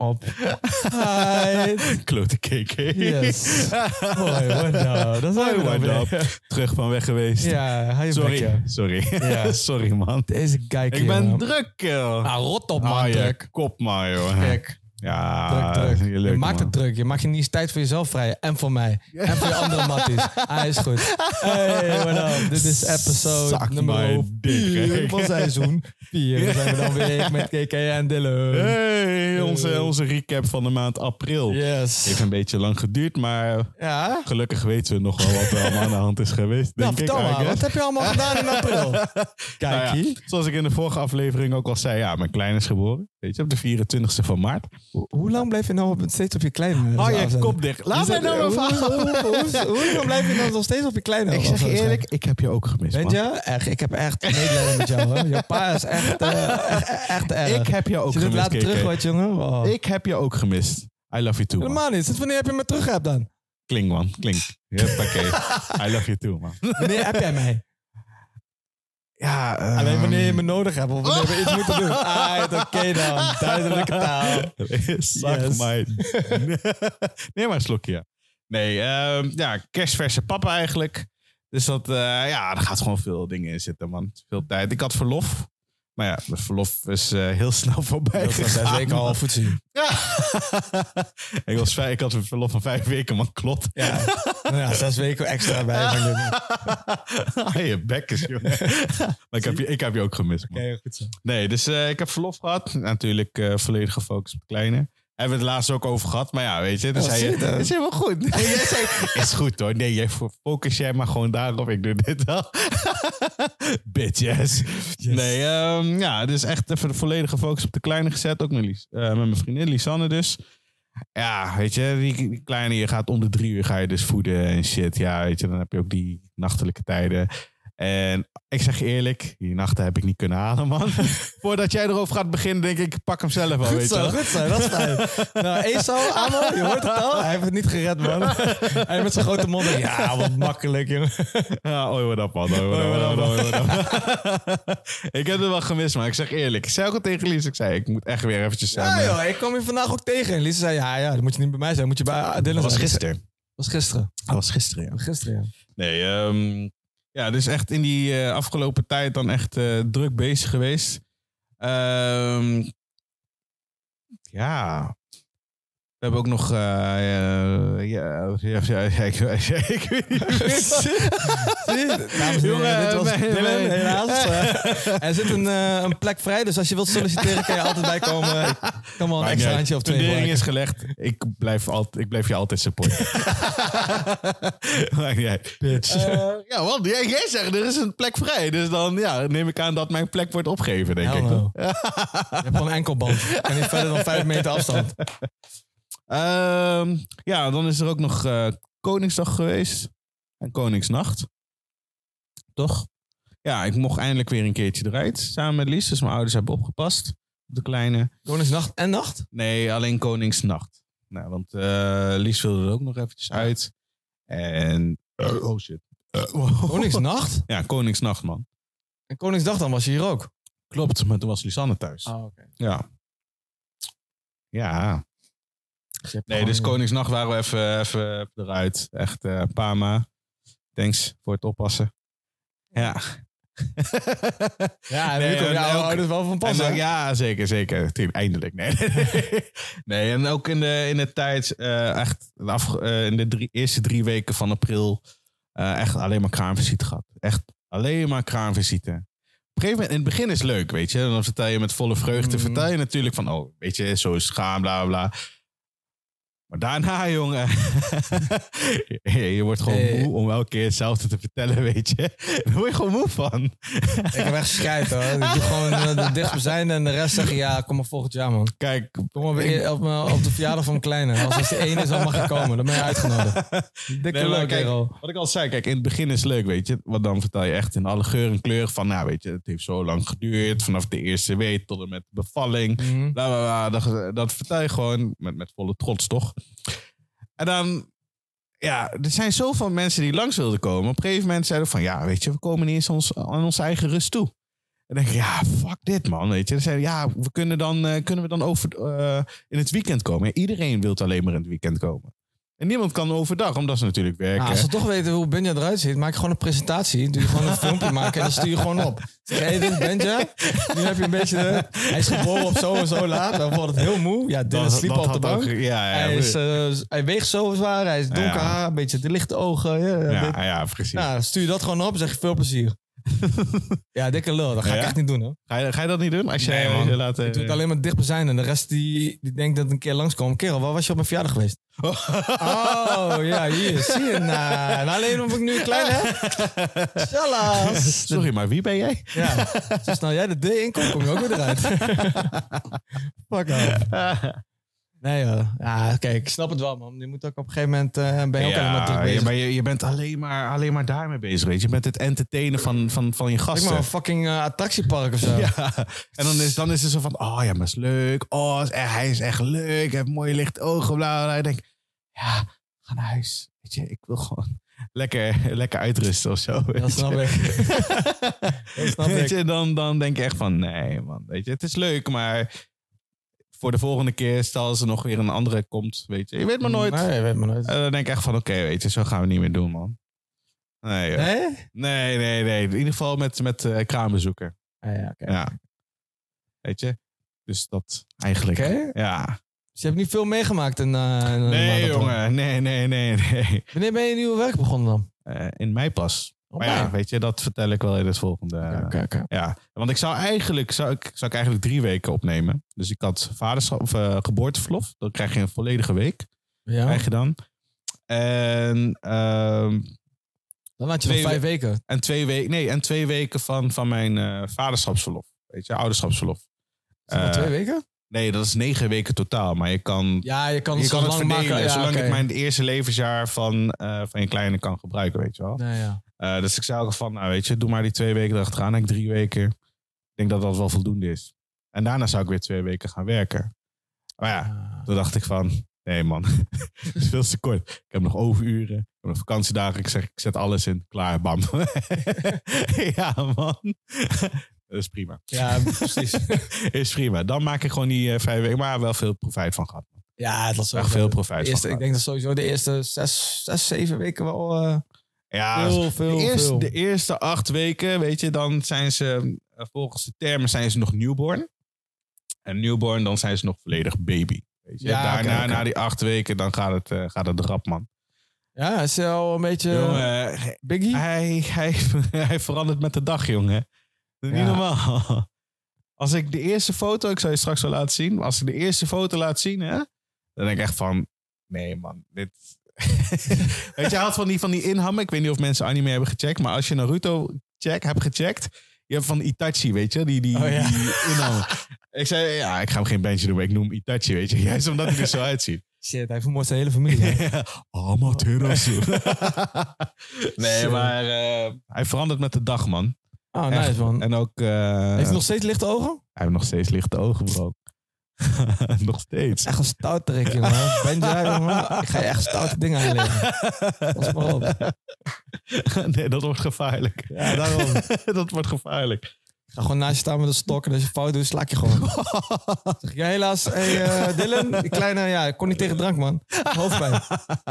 op. Hi. Klote KK. Yes. Hoi, what up? Dat is Hoi, mooi, what up? Terug van weg geweest. Ja, hij is Sorry. back, ja. Sorry. Ja. Sorry, man. Deze guy, Ik ben druk, kill. Ah, rot op, man. je Druk. kop maar, joh. Kijk. Ja, Druk. je leuk, Je maakt man. het druk. Je maakt je niet eens tijd voor jezelf vrij. En voor mij. En voor je andere matties. Hij is goed. Hey, what up? Dit is episode Zak nummer mijn dik, 4 hè. van seizoen 4. Dan zijn we dan weer met KK en Dylan. Hey, onze recap van de maand april. Yes. Heeft een beetje lang geduurd, maar Ja? gelukkig weten we nog wel wat er allemaal aan de hand is geweest. Nou, Denk ik, vertel I maar. guess. Wat heb je allemaal gedaan in april? Kijk Nou ja, hier. zoals ik in de vorige aflevering ook al zei, ja, mijn kleine is geboren. Weet je, op de 24e van maart. Hoe lang blijf je nou steeds op je kleine? Oh, je kop dicht. Laat mij nou mijn verhaal. Hoe lang blijf je nou nog steeds op je kleine? Ik zeg je eerlijk, ik heb je ook gemist, Weet man. je? Echt, ik heb echt medelijden met jou. Hè? Je pa is echt erg. Ik heb je ook Als je dit gemist, later KK. terug hoort, jongen. Oh. Ik heb je ook gemist. I love you too, man. Helemaal niet. Sinds wanneer heb je me terug gehad dan? Klink, man. Klink. Huppakee. I love you too, man. Wanneer heb jij mij? Ja, Alleen wanneer je me nodig hebt of wanneer we iets moeten doen. Oké dan. Duidelijke taal. Zak Yes. mij. Nee, maar een slokje, ja. Nee, ja, kerstverse papa eigenlijk. Dus dat, ja, er gaat gewoon veel dingen in zitten, man. Veel tijd. Ik had verlof. Maar ja, mijn verlof is heel snel voorbij Dat was 6 gegaan. weken al voedsel. Ja. ik had een verlof van 5 weken, man. Klot. Ja. Nou ja, 6 weken extra bij. Je bek is, jongen. Maar ik heb je ook gemist, man. Oké, goed zo. Nee, dus ik heb verlof gehad. Natuurlijk volledig gefocust op de kleine. Hebben we het laatst ook over gehad. Maar ja, weet je. Dus zei je, zit er? is helemaal goed. Nee, jij zei, is goed hoor. Nee, jij focus jij maar gewoon daarop. Ik doe dit wel. Bitches. Yes. Nee, ja, dus echt even de volledige focus op de kleine gezet. Ook met mijn vriendin Lisanne dus. Ja, weet je, die kleine, je gaat om de 3 uur ga je dus voeden en shit. Ja, weet je, dan heb je ook die nachtelijke tijden. En ik zeg je eerlijk, die nachten heb ik niet kunnen halen, man. Voordat jij erover gaat beginnen, denk ik pak hem zelf al, weet je wel. Goed zo, dat is fijn. Nou, Esau, Amo, je hoort het al. Hij heeft het niet gered, man. Hij met zijn grote mond. Ja, wat makkelijk, jongen. Ja, what up, man. What up. Ik heb het wel gemist, man. Ik zeg eerlijk. Ik zei ook al tegen Lies, ik moet echt weer eventjes... Ja, joh, ik kwam je vandaag ook tegen. En Lisa zei, ja, dat moet je niet bij mij zijn. Moet je bij Dylan Dat was zijn. gisteren. Dat was gisteren. Dat was gisteren, ja. Gisteren, ja. Nee, ja, dus echt in die afgelopen tijd dan echt druk bezig geweest. Ja. We hebben ook nog... ik weet niet. Dames en heren, dit was Jongen, Dylan, helaas. Er zit een plek vrij, dus als je wilt solliciteren, kan je altijd bijkomen. Ik kan wel een extra handje of 2 De dering gebruiken. is gelegd. Ik blijf je altijd supporten. Maakt niet uit. Bitch. Ja, want jij zegt er is een plek vrij. Dus dan neem ik aan dat mijn plek wordt opgegeven, denk ik. Hell no. toch? Je hebt gewoon een enkelband. En niet verder dan 5 meter afstand. Ja, dan is er ook nog Koningsdag geweest. En Koningsnacht. Toch? Ja, ik mocht eindelijk weer een keertje eruit. Samen met Lies. Dus mijn ouders hebben opgepast. Op de kleine. Koningsnacht en nacht? Nee, alleen Koningsnacht. Nou, want Lies wilde er ook nog eventjes uit. En... oh shit. Koningsnacht? Ja, Koningsnacht, man. En Koningsdag dan was je hier ook? Klopt, maar toen was Lisanne thuis. Oh, oké. Ja. Ja. Nee, dus Koningsnacht waren we even eruit. Echt, Pama. Thanks voor het oppassen. Ja. Ja, en Nee, nu komen en jouw ook- ouders wel van pas, En hè? ook- ja, zeker. Eindelijk. Nee. Nee, en ook in de tijd, echt in de eerste 3 weken van april, echt alleen maar kraamvisite gehad. Echt alleen maar kraamvisite. Op een gegeven moment, in het begin is het leuk, weet je. Dan vertel je met volle vreugde, vertel je natuurlijk van, oh, weet je, zo is het gaan, bla, bla. Maar daarna, jongen, je wordt gewoon moe om elke keer hetzelfde te vertellen, weet je. Daar word je gewoon moe van. Ik heb echt scheid, hoor. Ik doe gewoon de dichtstbijzijnde en de rest zeggen, ja, kom maar volgend jaar, man. Kijk, Kom maar weer op de verjaardag van mijn kleine. Als die ene is, dan mag je komen. Dan ben je uitgenodigd. Dikke Nee, maar leuk, kijk, kerel. wat ik al zei, kijk, in het begin is het leuk, weet je. Want dan vertel je echt in alle geur en kleur van, nou, weet je, het heeft zo lang geduurd. Vanaf de eerste week tot en met de bevalling. Mhm. Bla, bla, bla. Dat vertel je gewoon met volle trots, toch? En dan, ja, er zijn zoveel mensen die langs wilden komen. Op een gegeven moment zeiden we van, ja, weet je, we komen niet eens aan onze eigen rust toe. dan denk ik, ja, fuck dit, man. Weet je. Dan zeiden kunnen we dan over in het weekend komen? Ja, iedereen wil alleen maar in het weekend komen. En niemand kan overdag, omdat ze natuurlijk werken. Nou, als ze toch weten hoe Benja eruit ziet, maak je gewoon een presentatie. Doe je gewoon een filmpje maken en dan stuur je gewoon op. Zeg, hey, dit is Benja. Nu heb je een beetje... hij is geboren op zo en zo laat. Dan wordt het heel moe. Ja, Dylan sliep op de bank. Hij weegt zo zwaar. Hij is donker haar, een beetje de lichte ogen. Ja, precies. Nou, stuur je dat gewoon op en zeg je veel plezier. Ja, dikke lul. Dat ga ik echt niet doen, hoor. Ga je dat niet doen? Als jij ik doe het alleen maar dichtbij zijn. En de rest die denkt dat het een keer langskomt. Kerel, waar was je op mijn verjaardag geweest? Oh, ja, hier. Zie je? Nou, alleen omdat ik nu een klein heb. Tjallas. Sorry, maar wie ben jij? Ja, zo snel jij de D inkomt, kom je ook weer eruit. Fuck off. Nee, joh. Ja, kijk, ik snap het wel, man. Je moet ook op een gegeven moment... ben je ook alleen maar druk bezig. Maar je bent alleen maar daarmee bezig, weet je. Je bent het entertainen van je gasten. Zeg maar een fucking attractiepark of zo. Ja. En dan is het zo van... Oh ja, maar is leuk. Oh, hij is echt leuk. Hij heeft mooie lichte ogen. Bla, bla. Ik denk... Ja, ga naar huis. Weet je, ik wil gewoon lekker uitrusten of zo. Dat snap ik. Weet je, dan denk je echt van... Nee, man. Weet je, het is leuk, maar... Voor de volgende keer, stel als er nog weer een andere komt, weet je. Je weet maar nooit. Nee, je weet maar nooit. Dan denk ik echt van, oké, weet je, zo gaan we niet meer doen, man. Nee? Nee. In ieder geval met kraambezoeken. Ja. Weet je? Dus dat eigenlijk. Ja. Dus je hebt niet veel meegemaakt in nee, jongen. Nee. Wanneer ben je nieuwe werk begonnen dan? In mei pas. Maar ja, weet je, dat vertel ik wel in het volgende. Okay. Ja, want ik zou eigenlijk 3 weken opnemen. Dus ik had geboorteverlof. Dan krijg je een volledige week. Ja. Krijg je dan. En dan had je nog 5 weken. En 2 weken van mijn vaderschapsverlof. Weet je, ouderschapsverlof. 2 weken? Nee, dat is 9 weken totaal. Maar je kan het verdelen. Maken, zolang ik mijn eerste levensjaar van je kleine kan gebruiken, weet je wel. Nee, ja. Dus ik zei ook van, nou weet je, doe maar die 2 weken erachteraan. Dan heb ik 3 weken. Ik denk dat dat wel voldoende is. En daarna zou ik weer 2 weken gaan werken. Maar ja, toen dacht ik van, nee man, het is veel te kort. Ik heb nog overuren, ik heb nog vakantiedagen. Ik zeg, ik zet alles in, klaar, bam. Ja man. Dat is prima. Ja, precies. Is prima. Dan maak ik gewoon die 5 weken, maar wel veel profijt van gehad. Ja, dat is echt veel profijt van gehad. Ik denk dat sowieso de eerste 6-7 weken wel... Ja, de eerste 8 weken, weet je, dan zijn ze, volgens de termen zijn ze nog newborn. En newborn, dan zijn ze nog volledig baby. Weet je. Ja, daarna, na die 8 weken, dan gaat het rap, man. Ja, is al een beetje jongen, biggie? Hij verandert met de dag, jongen. Dat is niet normaal. Als ik de eerste foto, ik zal je straks wel laten zien. Als ik de eerste foto laat zien, hè, dan denk ik echt van, nee man, dit... Weet je, hij had van die inhammen. Ik weet niet of mensen anime hebben gecheckt. Maar als je Naruto hebt gecheckt. Je hebt van Itachi, weet je. Die inhammen. Ik zei, ja, ik ga hem geen bandje doen. Maar ik noem hem Itachi, weet je. Juist omdat hij er zo uitziet. Shit, hij vermoordt zijn hele familie. Amaterasu. Nee, maar hij verandert met de dag, man. Oh, nice, man. En ook... heeft hij nog steeds lichte ogen? Hij heeft nog steeds lichte ogen, bro. Nog steeds. Echt een stout trek, jongen. Benja, jongen. Ik ga je echt stoute dingen aanleren. Pas maar op. Nee, dat wordt gevaarlijk. Ja, daarom. Dat wordt gevaarlijk. Ik ga gewoon naast je staan met een stok en als je fout doet, sla ik je gewoon. Zeg ik, helaas, Dylan, die kleine, ik kon niet tegen drank, man. Hoofdpijn.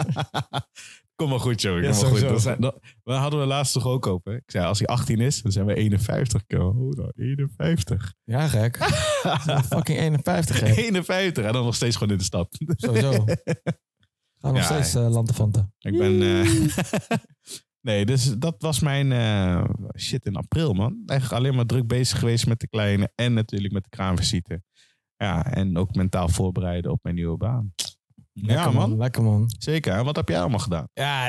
Kom maar goed, joh. Ja, we hadden we laatst toch ook open. Ik zei, als hij 18 is, dan zijn we 51. Oh, nou, 51. Ja, gek. Fucking 51, hè. 51. En dan nog steeds gewoon in de stad. Sowieso. Gaan nog steeds lantefanten. Ik ben... Nee, dus dat was mijn shit in april, man. Eigenlijk alleen maar druk bezig geweest met de kleine en natuurlijk met de kraamvisite. Ja, en ook mentaal voorbereiden op mijn nieuwe baan. Lekker, man. Lekker, man. Zeker. En wat heb jij allemaal gedaan? Ja,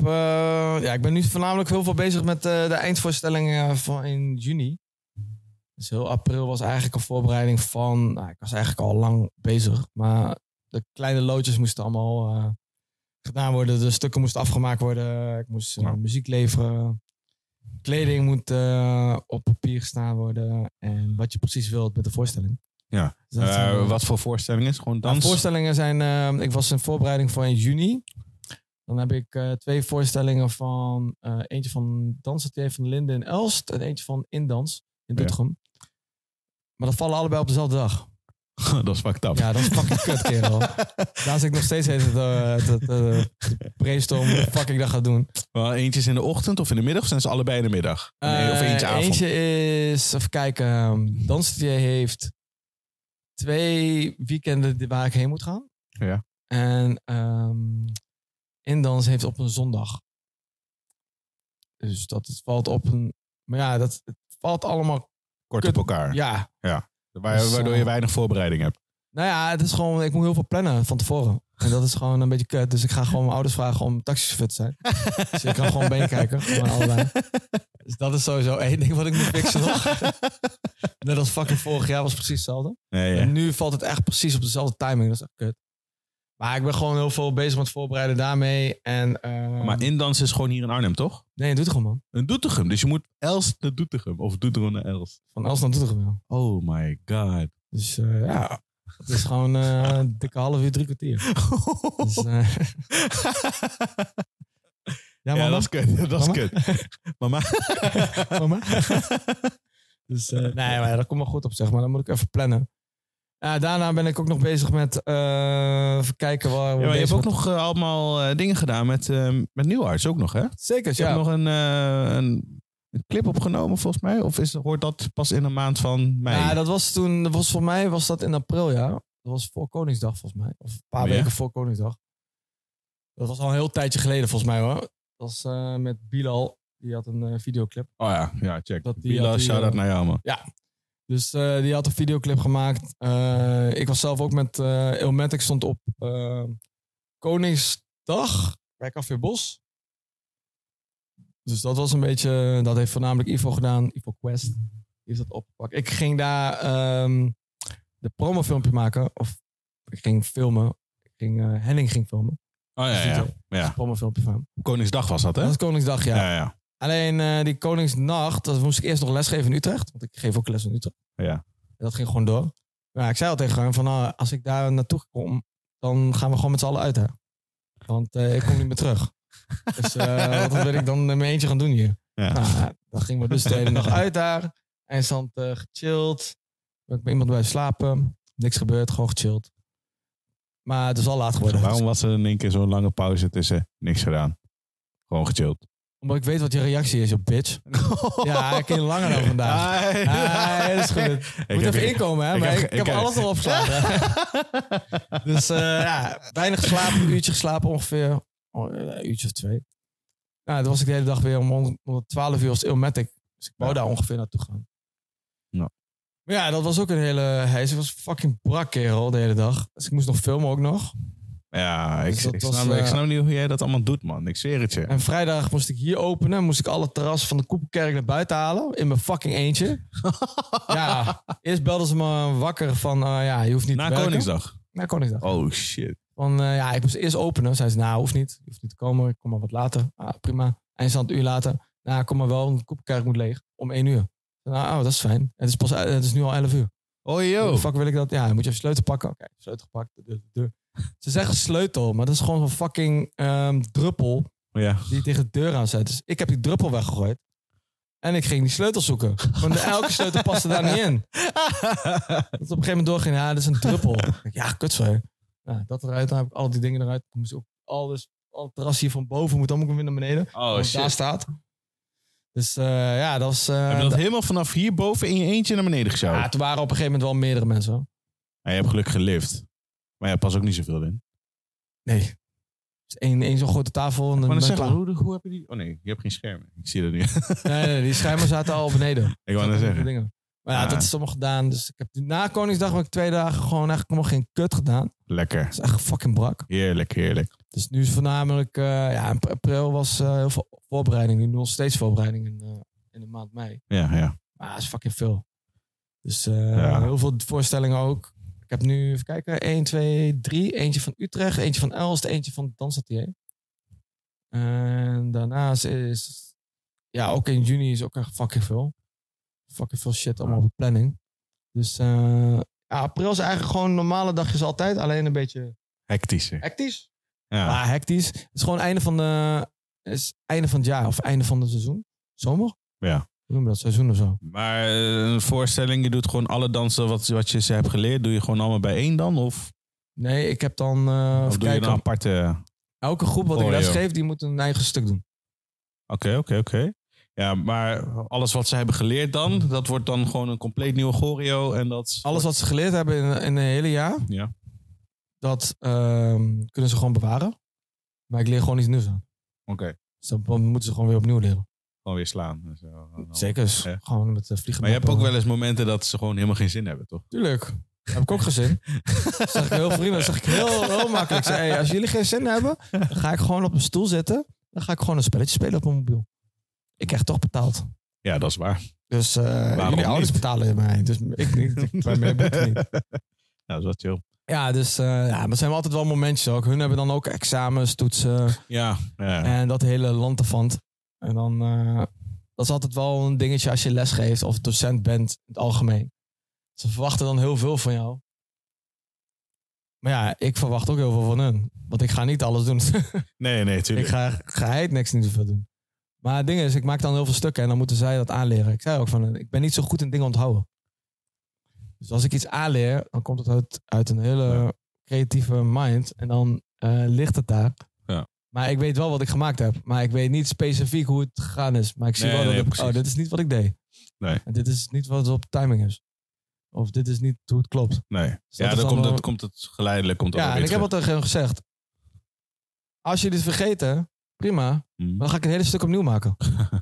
ik ben nu voornamelijk heel veel bezig met de eindvoorstelling van in juni. Dus heel april was eigenlijk een voorbereiding van... Nou, ik was eigenlijk al lang bezig. Maar de kleine loodjes moesten allemaal gedaan worden. De stukken moesten afgemaakt worden. Ik moest muziek leveren. Kleding moet op papier gestaan worden. En wat je precies wilt met de voorstelling. Ja. Wat voor voorstellingen? Gewoon dans? Voorstellingen zijn... ik was in voorbereiding voor in juni. Dan heb ik 2 voorstellingen van... eentje van Dansatelier van Linde in Elst. En eentje van Indans. in Doetinchem. Maar dat vallen allebei op dezelfde dag. Dat is fucked up. Ja, dat is fucking kut, kerel. Daar zit ik nog steeds te brainstormen hoe de fuck ik dat ga doen. Wel, eentje is in de ochtend of in de middag? Of zijn ze allebei in de middag? Of eentje avond? Eentje is, even kijken, Dansatelier heeft 2 weekenden waar ik heen moet gaan. Ja. En Indans heeft op een zondag. Dus valt op een... Maar ja, het valt allemaal... Kort op elkaar. Ja. Waardoor je weinig voorbereiding hebt. Nou ja, het is gewoon... Ik moet heel veel plannen van tevoren. En dat is gewoon een beetje kut. Dus ik ga gewoon mijn ouders vragen om taxichauffeur te zijn. Dus ik kan gewoon meekijken. Gewoon allebei. Dus dat is sowieso één ding wat ik moet fixen nog. Net als fucking vorig jaar was precies hetzelfde. Nee, ja. En nu valt het echt precies op dezelfde timing. Dat is echt kut. Maar ik ben gewoon heel veel bezig met voorbereiden daarmee. En, Maar Indans is gewoon hier in Arnhem, toch? Nee, in Doetinchem, man. In Doetinchem. Dus je moet Els naar Doetinchem. Of Doetinchem naar Els. Van Els naar Doetinchem, ja. Oh my god. Dus ja, het is gewoon een dikke half uur, 3 kwartier. Dus, ja, ja, dat is kut. Dat is kut. Mama? Mama? Dus nee, maar dat komt wel goed op, zeg maar. Dan moet ik even plannen. Daarna ben ik ook nog bezig met even kijken waar we je hebt ook met... nog allemaal dingen gedaan met Nieuwarts ook nog, hè? Zeker, Je hebt nog een clip opgenomen, volgens mij? Of hoort dat pas in een maand van mei? Ja, dat was voor mij was dat in april, ja. Dat was voor Koningsdag, volgens mij. Of een paar weken voor Koningsdag. Dat was al een heel tijdje geleden, volgens mij, hoor. Dat was met Bilal. Die had een videoclip. Oh ja, check. Bilal, shout-out naar jou, man. Ja. Dus die had een videoclip gemaakt. Ik was zelf ook met Ilmatic, stond op Koningsdag bij Café Bos. Dus dat was een beetje... Dat heeft voornamelijk Ivo gedaan. Ivo Quest. Die heeft dat opgepakt. Ik ging daar de promofilmpje maken. Of ik ging filmen. Henning ging filmen. Oh ja. Dus een promofilmpje van hem. Koningsdag was dat, hè? Dat is Koningsdag, ja. Ja. Alleen die Koningsnacht, dat moest ik eerst nog lesgeven in Utrecht. Want ik geef ook les in Utrecht. Ja. En dat ging gewoon door. Ja, ik zei al tegen hem van, als ik daar naartoe kom, dan gaan we gewoon met z'n allen uit, hè. Want ik kom niet meer terug. Dus wat wil ik dan in mijn eentje gaan doen hier? Ja. Nou, dan gingen we dus de hele dag uit daar. Eindstand gechilled. Ben ik bij iemand bij slapen. Niks gebeurd, gewoon gechilled. Maar het is al laat geworden. Waarom was er in één keer zo'n lange pauze tussen? Niks gedaan. Gewoon gechilled. Omdat ik weet wat je reactie is, op bitch. Ja, ik kan langer dan vandaag. Dat is goed. Ik moet even inkomen, hè. Maar ik heb alles erop geslagen. Dus weinig geslapen. Een uurtje geslapen ongeveer. Een uurtje of 2. Nou, toen was ik de hele dag weer om 12 uur als Ilmatic. Dus ik wou daar ongeveer naartoe gaan. Ja. Maar ja, dat was ook een hele... Hij was fucking brak, kerel, de hele dag. Dus ik moest nog filmen ook nog. Ja, dus ik snap niet hoe jij dat allemaal doet, man. Ik zweer het je. En vrijdag moest ik hier openen. Moest ik alle terrassen van de Koepelkerk naar buiten halen. In mijn fucking eentje. Ja, eerst belden ze me wakker van... je hoeft niet te werken. Koningsdag? Na Koningsdag. Oh, shit. Van, ik moest eerst openen. Zei ze, hoeft niet. Je hoeft niet te komen. Ik kom maar wat later. Prima. Eindstand een uur later. Kom maar wel, want de Koepelkerk moet leeg. Om 1 uur. Dat is fijn. Het is nu al 11 uur. Oh, yo. Hoe de fuck wil ik dat? Ja, moet je even sleutel pakken. Oké, sleutel gepakt. Ze zeggen sleutel, maar dat is gewoon zo'n fucking druppel die je tegen de deur aanzet. Dus ik heb die druppel weggegooid. En ik ging die sleutel zoeken. Want elke sleutel paste daar niet in. Dat op een gegeven moment doorging. Ja, dat is een druppel. Ja, kutzooi. Dat eruit. Dan heb ik al die dingen eruit. Dan moest ik ook al terras hier van boven moet dan ook weer naar beneden. Oh, shit. Daar staat. Dus dat was... heb je dat helemaal vanaf hierboven in je eentje naar beneden gesjouwd? Ja, toen waren op een gegeven moment wel meerdere mensen. Hoor. Ja, je hebt gelukkig gelift. Maar ja, pas ook niet zoveel in. Nee. Dus één zo'n grote tafel. En dan zeggen, hoe heb je die... Oh nee, je hebt geen schermen. Ik zie dat nu. Nee, die schermen zaten al beneden. Ik wou net zeggen. Dingen. Maar ja, dat is allemaal gedaan. Dus ik heb na Koningsdag heb ik 2 dagen gewoon eigenlijk nog geen kut gedaan. Lekker. Dat is echt fucking brak. Heerlijk. Dus nu is voornamelijk... in april was heel veel voorbereiding. Nu nog steeds voorbereiding in de maand mei. Ja. Maar dat is fucking veel. Dus heel veel voorstellingen ook. Ik heb nu, even kijken, 1, 2, 3. Eentje van Utrecht, eentje van Elst, eentje van Dansatelier. En daarnaast is... Ja, ook in juni is ook echt fucking veel. Fucking veel shit allemaal op de planning. Dus april is eigenlijk gewoon normale dagjes altijd. Alleen een beetje... Hectisch. Ja. Maar hectisch. Het is gewoon einde van het jaar of einde van het seizoen. Zomer. Ja. Hoe noem je dat? Seizoen of zo. Maar een voorstelling, je doet gewoon alle dansen wat je ze hebt geleerd. Doe je gewoon allemaal bijeen dan? Of Nee, ik heb dan... of doe je een aparte... Elke groep wat ik les geef, die moet een eigen stuk doen. Oké. Ja, maar alles wat ze hebben geleerd dan, dat wordt dan gewoon een compleet nieuwe choreo. En dat Alles wat ze geleerd hebben in een hele jaar, Ja. dat kunnen ze gewoon bewaren. Maar ik leer gewoon iets nieuws aan. Oké. Dus dan moeten ze gewoon weer opnieuw leren. Gewoon weer slaan. En zo. Zeker, dus Ja. gewoon met vliegen. Maar je hebt ook wel eens momenten dat ze gewoon helemaal geen zin hebben, toch? Tuurlijk. Heb ik ook geen zin. Dat zeg ik heel vriendelijk. Dat zeg ik heel makkelijk. Ik zeg, hey, als jullie geen zin hebben, dan ga ik gewoon op een stoel zitten. Dan ga ik gewoon een spelletje spelen op mijn mobiel. Ik krijg toch betaald. Ja, dat is waar. Dus jullie ouders betalen mij. Dus ik niet. Bij mij boekt het niet. Ja, dat is wel chill. Ja, dus maar er zijn altijd wel momentjes ook. Hun hebben dan ook examens, toetsen. Ja. En dat hele landtefant. En dan, dat is altijd wel een dingetje als je les geeft of docent bent in het algemeen. Ze verwachten dan heel veel van jou. Maar ja, ik verwacht ook heel veel van hun. Want ik ga niet alles doen. Nee, tuurlijk. Ik ga het niks niet zoveel doen. Maar het ding is, ik maak dan heel veel stukken en dan moeten zij dat aanleren. Ik zei ook van, ik ben niet zo goed in dingen onthouden. Dus als ik iets aanleer, dan komt het uit een hele creatieve mind. En dan ligt het daar. Ja. Maar ik weet wel wat ik gemaakt heb. Maar ik weet niet specifiek hoe het gegaan is. Maar ik zie wel dat dit is niet wat ik deed. Nee. En dit is niet wat het op timing is. Of dit is niet hoe het klopt. Nee. Dus Ja, dan komt het geleidelijk. Ja, en ik heb al tegen hen gezegd. Als je dit vergeten, prima. Dan ga ik een hele stuk opnieuw maken.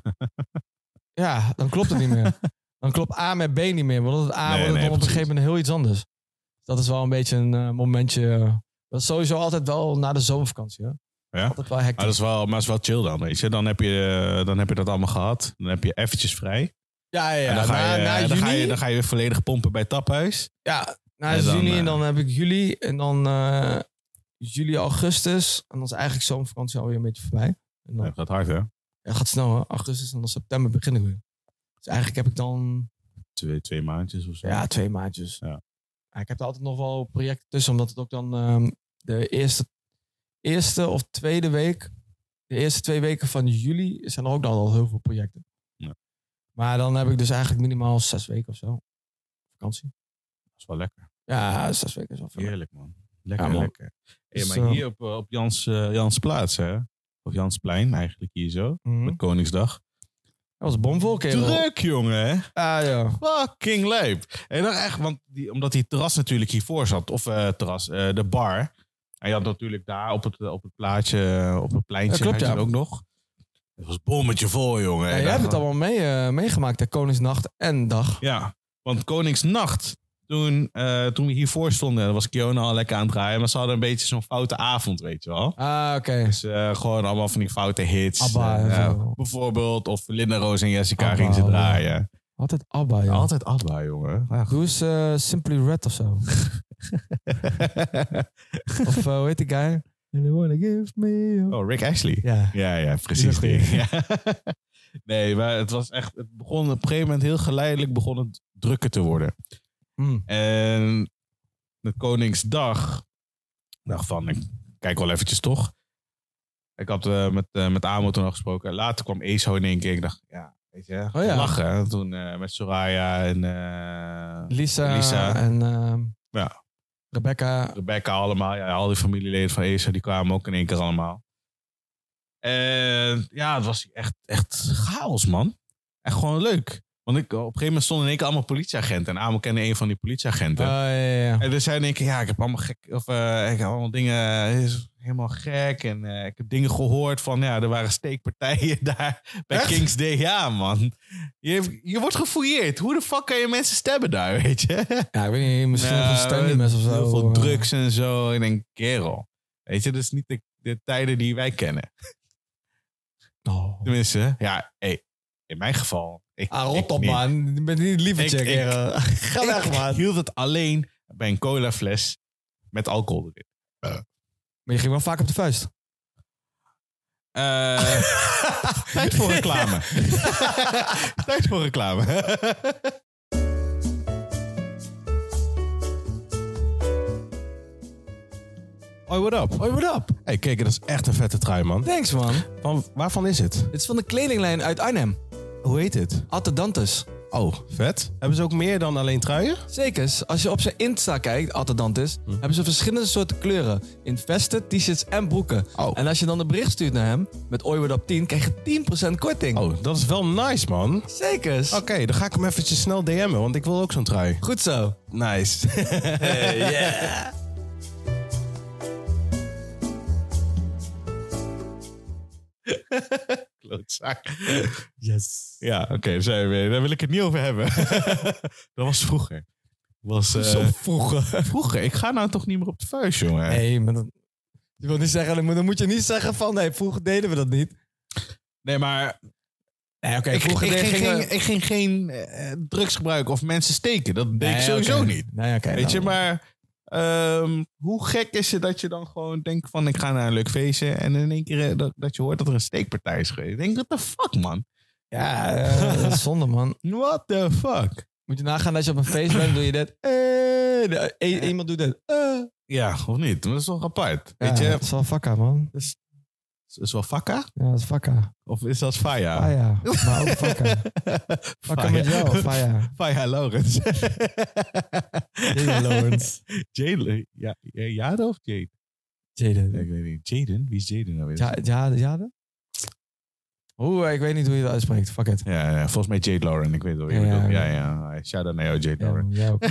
Ja, dan klopt het niet meer. Dan klopt A met B niet meer. Want het A wordt dan op een gegeven moment heel iets anders. Dat is wel een beetje een momentje. Dat is sowieso altijd wel na de zomervakantie. Hè? Ja? Altijd wel hectisch. Maar dat is wel chill dan, weet je. Dan heb je dat allemaal gehad. Dan heb je eventjes vrij. Ja. En dan ga je weer volledig pompen bij Taphuis. Ja, na juni en dan heb ik juli. En dan juli, augustus. En dan is eigenlijk zomervakantie alweer een beetje voorbij. En dan, dat gaat hard, hè? Ja, gaat snel, hè? Augustus en dan september begin ik weer. Dus eigenlijk heb ik dan... Twee maandjes of zo. Ja, 2 maandjes. Ja. Ik heb er altijd nog wel projecten tussen. Omdat het ook dan de eerste of tweede week... De eerste 2 weken van juli zijn er ook dan al heel veel projecten. Ja. Maar dan heb ik dus eigenlijk minimaal 6 weken of zo. Vakantie. Dat is wel lekker. Ja, 6 weken is wel veel. Heerlijk, man. Lekker, Ja, man. lekker. Hey, Dus, maar hier op Jansplaats, hè? Of Jansplein, eigenlijk hier zo. Met Koningsdag. Dat was bomvol, kerel. Druk, jongen, hè? Ja. Fucking leuk. En dan echt, omdat die terras natuurlijk hiervoor zat. Of de bar. En je had natuurlijk daar op het plaatje, op het pleintje, klopt, had je ook nog. Het was bommetje vol, jongen. Ja, jij hebt het allemaal meegemaakt, de Koningsnacht en dag. Ja, want Koningsnacht, toen we hiervoor stonden, was Kiona al lekker aan het draaien. Maar ze hadden een beetje zo'n foute avond, weet je wel. Ah, oké. Dus gewoon allemaal van die foute hits. Abba en zo. Bijvoorbeeld, of Linda, Roos en Jessica Abba, gingen ze draaien. Altijd Abba, joh. Altijd Abba, jongen. Ja, doe eens Simply Red of zo. Of hoe heet die guy? And they wanna give me... Oh, Rick Astley. Ja. Ja, precies. Die is Die. Ja. Nee, maar het was echt... Het begon op een gegeven moment heel geleidelijk begon het drukker te worden. En met Koningsdag dacht van, ik kijk wel eventjes toch. Ik had met Amo toen al gesproken. Later kwam Eso in één keer. Ik dacht, ja, weet je, lachen. En toen met Soraya en Lisa en Rebecca allemaal. Ja, al die familieleden van Eso, die kwamen ook in één keer allemaal. En ja, het was echt chaos, man. Echt gewoon leuk. Want op een gegeven moment stonden in één keer allemaal politieagenten. En Amo kende een van die politieagenten. Ja. En dus zei in één keer, ja, ik heb allemaal gek... Of ik heb allemaal dingen... is helemaal gek. En ik heb dingen gehoord van... Ja, er waren steekpartijen daar bij Echt? Kings Day. Ja, man. Je wordt gefouilleerd. Hoe de fuck kan je mensen stemmen daar, weet je? Ja, ik weet niet. Misschien een Stanley-mes of zo. Heel veel drugs en zo. Ik denk, kerel. Weet je, dat is niet de tijden die wij kennen. Oh. Tenminste, ja, in mijn geval... rot op, man. Je bent niet een lievertje, kerel. Ga weg, man. Ik hield het alleen bij een colafles met alcohol erin. Maar je ging wel vaak op de vuist. Tijd voor reclame. Tijd voor reclame. Hoi, what up? Hoi, what up? Hey, kijk, dat is echt een vette trui, man. Thanks, man. Waarvan is het? Dit is van de kledinglijn uit Arnhem. Hoe heet het? Attendantes. Oh, vet. Hebben ze ook meer dan alleen truien? Zeker. Als je op zijn Insta kijkt, Attendantes, hebben ze verschillende soorten kleuren. In vesten, t-shirts en broeken. Oh. En als je dan een bericht stuurt naar hem, met Ooiword op 10, krijg je 10% korting. Oh, dat is wel nice, man. Zeker. Oké, dan ga ik hem eventjes snel DM'en, want ik wil ook zo'n trui. Goed zo. Nice. Yeah. Klootzak. Yes. Ja, oké, zijn we weer. Daar wil ik het niet over hebben. Dat was vroeger. Zo vroeger. Vroeger, ik ga nou toch niet meer op de vuist, jongen. Nee, maar je wil niet zeggen, dan moet je niet zeggen van, nee, vroeger deden we dat niet. Nee, maar Nee, oké, ik ging geen drugs gebruiken of mensen steken. Dat deed ik sowieso niet. Nee, oké. Weet je, maar hoe gek is het dat je dan gewoon denkt van ik ga naar een leuk feestje en in één keer dat je hoort dat er een steekpartij is geweest. Ik denk, what the fuck, man? Ja, dat is zonde, man. What the fuck? Moet je nagaan dat je op een feest bent, doe je dit. Iemand doet dit. Ja, of niet? Maar dat is toch apart? Ja, Weet je, dat is wel vakka, man. is wel fakka? Ja, dat is vakka. Of is dat Faya? Faya, maar ook vakka. Vakka met jou, Faya. Faya Lawrence. Jade Lawrence. Jade, ja, Jade of Jade? Jaden. Nee, ik weet niet. Jaden? Wie is Jaden nou weer? Jade? Oeh, ik weet niet hoe je dat uitspreekt. Fuck it. Ja, volgens mij Jade Lauren. Ik weet wel wie je bedoelt. Ja. Shout-out naar jou, Jade Lauren. Ja, ook.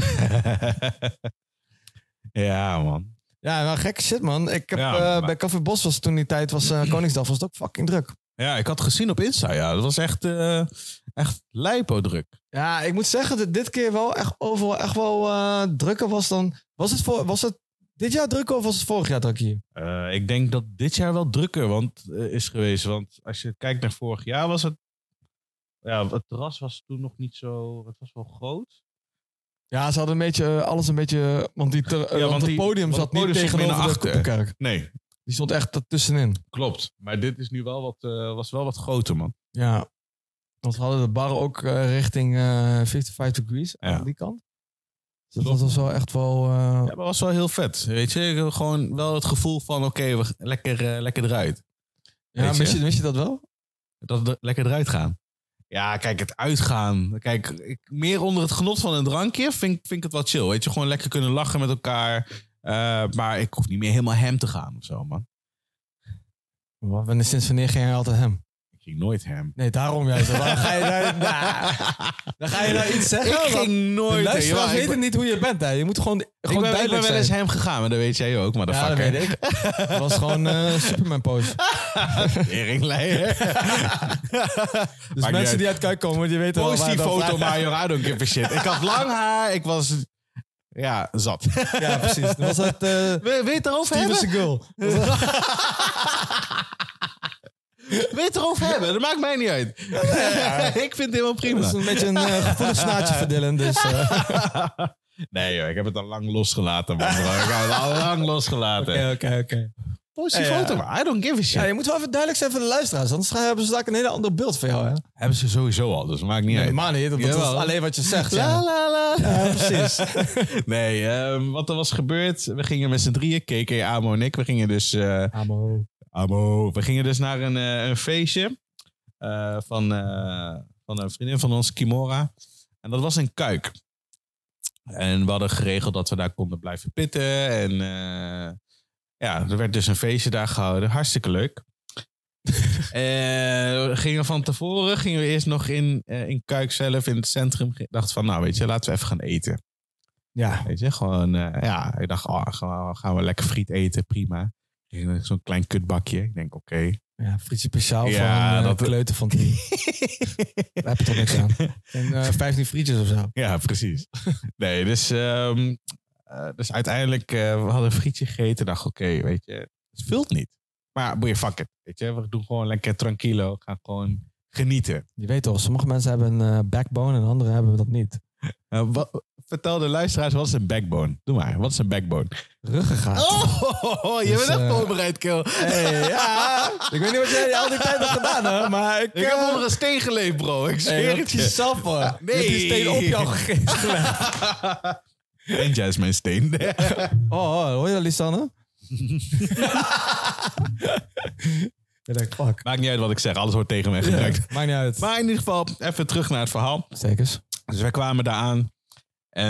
Ja, man. Ja, nou gekke shit, man. Ik heb bij Café Bos was toen die tijd, was Koningsdag, was het ook fucking druk. Ja, ik had gezien op Insta, ja. Dat was echt lijpo-druk. Ja, ik moet zeggen dat dit keer wel echt overal echt wel drukker was dan... Was het dit jaar drukker of was het vorig jaar druk hier? Ik denk dat dit jaar wel drukker is geweest. Want als je kijkt naar vorig jaar was het... Ja, het terras was toen nog niet zo... Het was wel groot. Ja, ze hadden alles een beetje... Want het podium zat niet tegenover de Koepelkerk. Nee. Die stond echt tussenin. Klopt. Maar dit is nu wel was wel wat groter, man. Ja. Want we hadden de bar ook richting 55 degrees aan die kant. Dus dat was wel echt wel... Ja, maar was wel heel vet. Weet je, gewoon wel het gevoel van oké, we lekker eruit. Ja, mis je dat wel? Dat we lekker eruit gaan. Ja, kijk, het uitgaan. Kijk, meer onder het genot van een drankje vind ik het wel chill. Weet je, gewoon lekker kunnen lachen met elkaar. Maar ik hoef niet meer helemaal hem te gaan of zo, man. Sinds wanneer ging jij altijd hem? Ik ging nooit hem. Nee, daarom juist. Dan ga je dan ga je nou iets zeggen. Ik ging nooit. De luisteraars weten niet hoe je bent, hè. Je moet gewoon duidelijk zijn. Ik ben wel eens hem gegaan, maar dat weet jij ook. Maar ja, dat weet ik. Het was gewoon Superman pose. Teringleier. Dus maar mensen die uit Kuik komen, die weten wel waar die foto, maar I don't give a shit. Ik had lang haar, ik was... Ja, zat. Ja, precies. Dat was het... Wil je het erover hebben? Steven Seagal. Wil je het erover hebben? Dat maakt mij niet uit. Ja. Ik vind het helemaal prima. Dat is een beetje een gevoelig snaartje verdelen. Dus, Nee joh, ik heb het al lang losgelaten, man. Ik heb het al lang losgelaten. Oké. Post die foto maar. I don't give a shit. Ja, je moet wel even duidelijk zijn voor de luisteraars. Anders hebben ze daar een hele ander beeld van jou. Hè? Hebben ze sowieso al, dus maakt niet uit. Maar niet, dat is alleen wat je zegt. La, la, la. Ja, precies. Nee, wat er was gebeurd. We gingen met z'n drieën, KK, Amo en ik. We gingen dus... Amo. We gingen dus naar een feestje van een vriendin van ons, Kimora. En dat was in Kuik. En we hadden geregeld dat we daar konden blijven pitten. En ja, er werd dus een feestje daar gehouden. Hartstikke leuk. Van tevoren gingen we eerst nog in Kuik zelf, in het centrum. Ik dacht van, nou weet je, laten we even gaan eten. Ja. Weet je, gewoon, ik dacht, gaan we lekker friet eten, prima. Zo'n klein kutbakje. Ik denk, oké. Ja, frietje speciaal van kleuter van 3. Daar heb je toch niks aan. En 15 frietjes of zo. Ja, precies. Nee, dus uiteindelijk we hadden een frietje gegeten. Dacht, oké, weet je, het vult niet. Maar boeien, fuck it. Weet je, we doen gewoon lekker tranquilo. Gaan gewoon genieten. Je weet toch, sommige mensen hebben een backbone en anderen hebben dat niet. Vertel de luisteraars, wat is een backbone? Doe maar, wat is een backbone? Ruggengraat. Je bent echt voorbereid, Kill. Hey, ja, ik weet niet wat jij al die tijd hebt gedaan, hè, maar ik heb onder een steen geleefd, bro. Ik zweer het je. Zelf voor. Nee. Je hebt die steen op jouw geest gelegd. En jij is mijn steen. Hoor je dat, Lisanne? Ik denk, fuck. Maakt niet uit wat ik zeg, alles wordt tegen mij gebruikt. Maakt niet uit. Maar in ieder geval, even terug naar het verhaal. Zekers. Dus wij kwamen daar aan en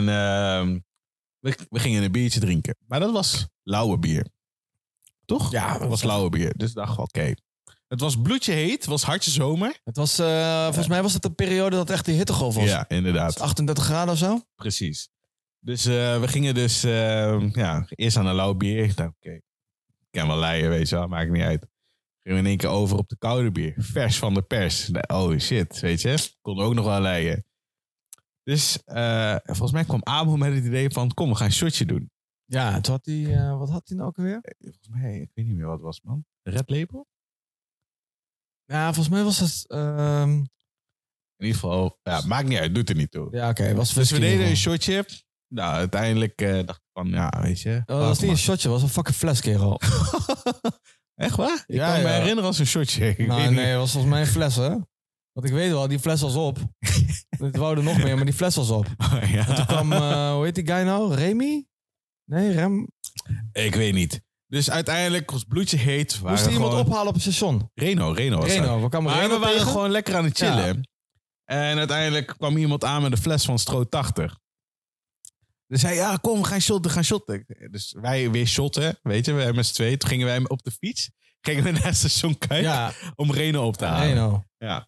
we gingen een biertje drinken. Maar dat was lauwe bier. Toch? Ja, dat was lauwe bier. Dus dachten we, oké. Het was bloedje heet, het was hartje zomer. Het was, volgens mij was het een periode dat echt die hittegolf was. Ja, inderdaad. 38 graden of zo. Precies. Dus we gingen dus eerst aan een lauw bier. Ik dacht, oké, ik kan wel leien, weet je wel, maakt niet uit. Gingen we in één keer over op de koude bier. Vers van de pers. Oh shit, weet je. Kon ook nog wel leien. Dus volgens mij kwam Abel met het idee van, kom, we gaan een shotje doen. Ja, toen had hij, wat had hij nou ook weer? Volgens mij, ik weet niet meer wat het was, man. Red Label? Ja, volgens mij was het... In ieder geval, ja, maakt niet uit, doet er niet toe. ja, oké. Was Dus we whisky deden in een ieder shotje. Nou, uiteindelijk dacht ik van, ja, weet je. geval. Dat was niet een shotje, dat was een fucking fles, kerel. Echt waar? Ik Ja, kan me ja. herinneren als een shotje. Ik Nou, weet nee, dat was volgens mij een fles, hè. Want ik weet wel, die fles was op. Het wou er nog meer, maar die fles was op. niet. Oh, ja. Toen kwam, hoe heet die guy nou? Remy? Nee, Rem. Ik weet niet. Dus uiteindelijk was bloedje heet. Moest er iemand ophalen op het station? Reno was dat. Reno, we kwamen Maar Reno we waren tegen. gewoon lekker aan het chillen. Ja. En uiteindelijk kwam iemand aan met een fles van Stro 80. Dus hij, ja, kom, we gaan shotten. Dus wij weer shotten, weet je, we met z'n tweeën. Toen gingen wij op de fiets. Gingen we naar het station kijken Ja, om Reno op te halen. Reno.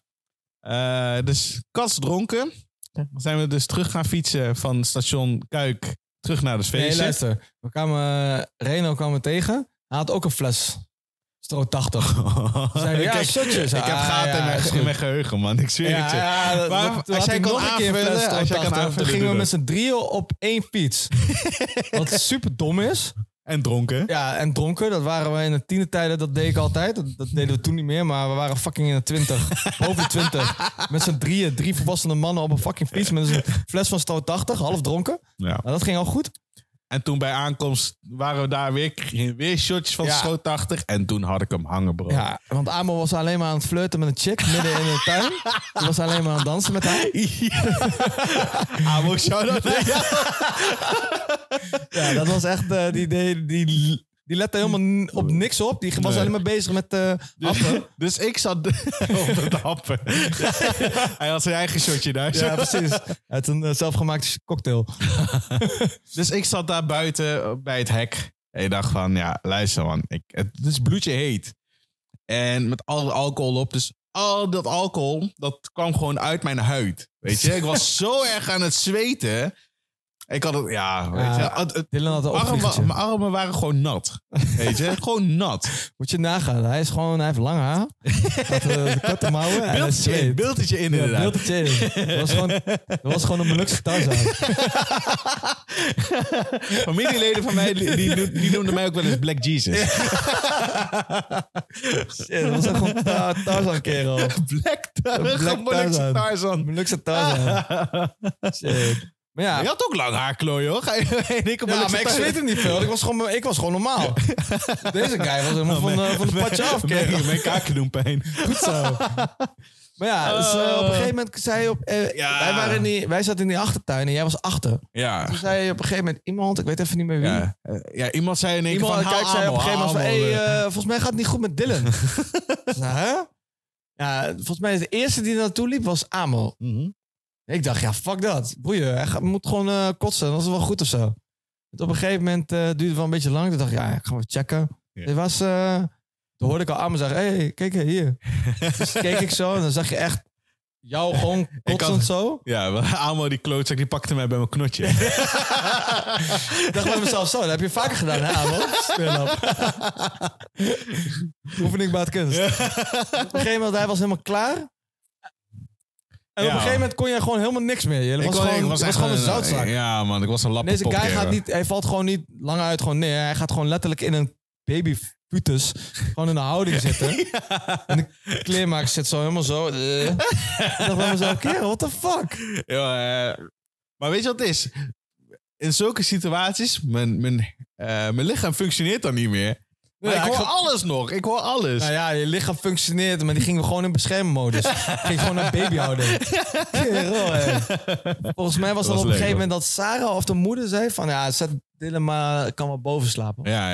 Ja. Dus kats dronken. Dan zijn we dus terug gaan fietsen van station Kuik terug naar de Nee, feestje. luister. Reno kwam we tegen. Hij had ook een fles. Stro 80. Zei hij, ja, Kijk, shotjes. ik heb gaten in mijn geheugen, man. Ik zweer het je. Maar als jij kan aanvullen, toen gingen we met z'n drieën op één fiets. Wat super dom is. En dronken. Ja, en dronken. Dat waren we in de tienertijden. Dat deed ik altijd. Dat deden we toen niet meer. Maar we waren fucking in de 20. Boven de 20. Met z'n drieën. 3 volwassene mannen op een fucking fiets. Met een fles van Stro 80. Half dronken. Ja. Nou, dat ging al goed. En toen bij aankomst waren we daar weer shotjes van Ja. Stro 80. En toen had ik hem hangen, bro. Ja, want Amo was alleen maar aan het flirten met een chick midden in de tuin. Die was alleen maar aan het dansen met haar. Amo, shout-out. Ja, dat was echt... Die lette helemaal op niks op. Die was Nee. alleen maar bezig met happen. Dus ik zat op het happen. Hij had zijn eigen shotje daar. Ja, precies. Uit een zelfgemaakte cocktail. Dus ik zat daar buiten bij het hek. En ik dacht van, ja, luister man. Het is bloedje heet. En met al het alcohol op. Dus al dat alcohol, dat kwam gewoon uit mijn huid. Weet je, ik was zo erg aan het zweten. Ik had het, ja, weet je. Dylan had een opvliegertje. Mijn armen waren gewoon nat. Weet je, gewoon nat. Moet je nagaan. Hij heeft lang haar. Had de korte mouwen. En hij zweet. Beeldje in Ja, inderdaad. beeldje in. Dat was gewoon een Molukse Tarzan. Familieleden van mij, die noemden mij ook wel eens Black Jesus. Shit, dat was echt gewoon Tarzan, kerel. Black Tarzan. Tarzan. Molukse Tarzan. Shit. Maar ja, Je had ook lang haarklooi, hoor. Ga je en ik op ja, Molukse maar ik Tarzan? zweet het niet veel. Ik was gewoon normaal. Deze guy was helemaal van de padje af, kerel. Mijn kaken doen pijn. Goed zo. Maar ja, dus, op een gegeven moment zei je... Ja. wij zaten in die achtertuin en jij was achter. Ja. Toen zei je op een gegeven moment iemand, ik weet even niet meer wie. Ja. Ja, iemand zei in één keer Iemand van... kijk, zei op een gegeven moment van... haal Hey, Amo, volgens mij gaat het niet goed met Dylan. Ik zei, hè? Ja, volgens mij is de eerste die naartoe liep was Amo. Ik dacht, ja, fuck dat. Boeien, hij moet gewoon kotsen. Dat is wel goed of zo. Dus op een gegeven moment duurde het wel een beetje lang. Toen dacht ik, ja, ik ga even checken. Ja. Dit was... toen hoorde ik al Amo zeggen, hey, kijk hier. Dus keek ik zo en dan zag je echt jou gewoon kotsend zo. Ja, maar Amo, die klootzak, die pakte mij bij mijn knotje. Ik dacht bij mezelf, zo, dat heb je vaker gedaan, hè, Amo? Speerlap. Oefening baat kunst. Op een gegeven moment, hij was helemaal klaar. En op een gegeven moment kon je gewoon helemaal niks meer. Je was gewoon een zoutzak. Ja, man, ik was een lappe Deze pop, guy kerel. gaat niet, hij valt gewoon niet lang uit gewoon neer. Hij gaat gewoon letterlijk in een babyfutus gewoon in een houding zitten. En de kleermaker zit zo helemaal zo. Ik dacht bij mezelf, kerel, what the fuck? Ja, maar weet je wat het is? In zulke situaties, mijn lichaam functioneert dan niet meer. Maar Ja, ik ik hoor ga- alles nog. Ik hoor alles. Nou ja, je lichaam functioneert, maar die ging gewoon in beschermmodus. Ging gewoon naar babyhouding. Kerel, hè. Volgens mij was dat was op een leuk, gegeven moment dat Sarah of de moeder zei van ja, zet Dylan maar, kan wel boven slapen. Ja.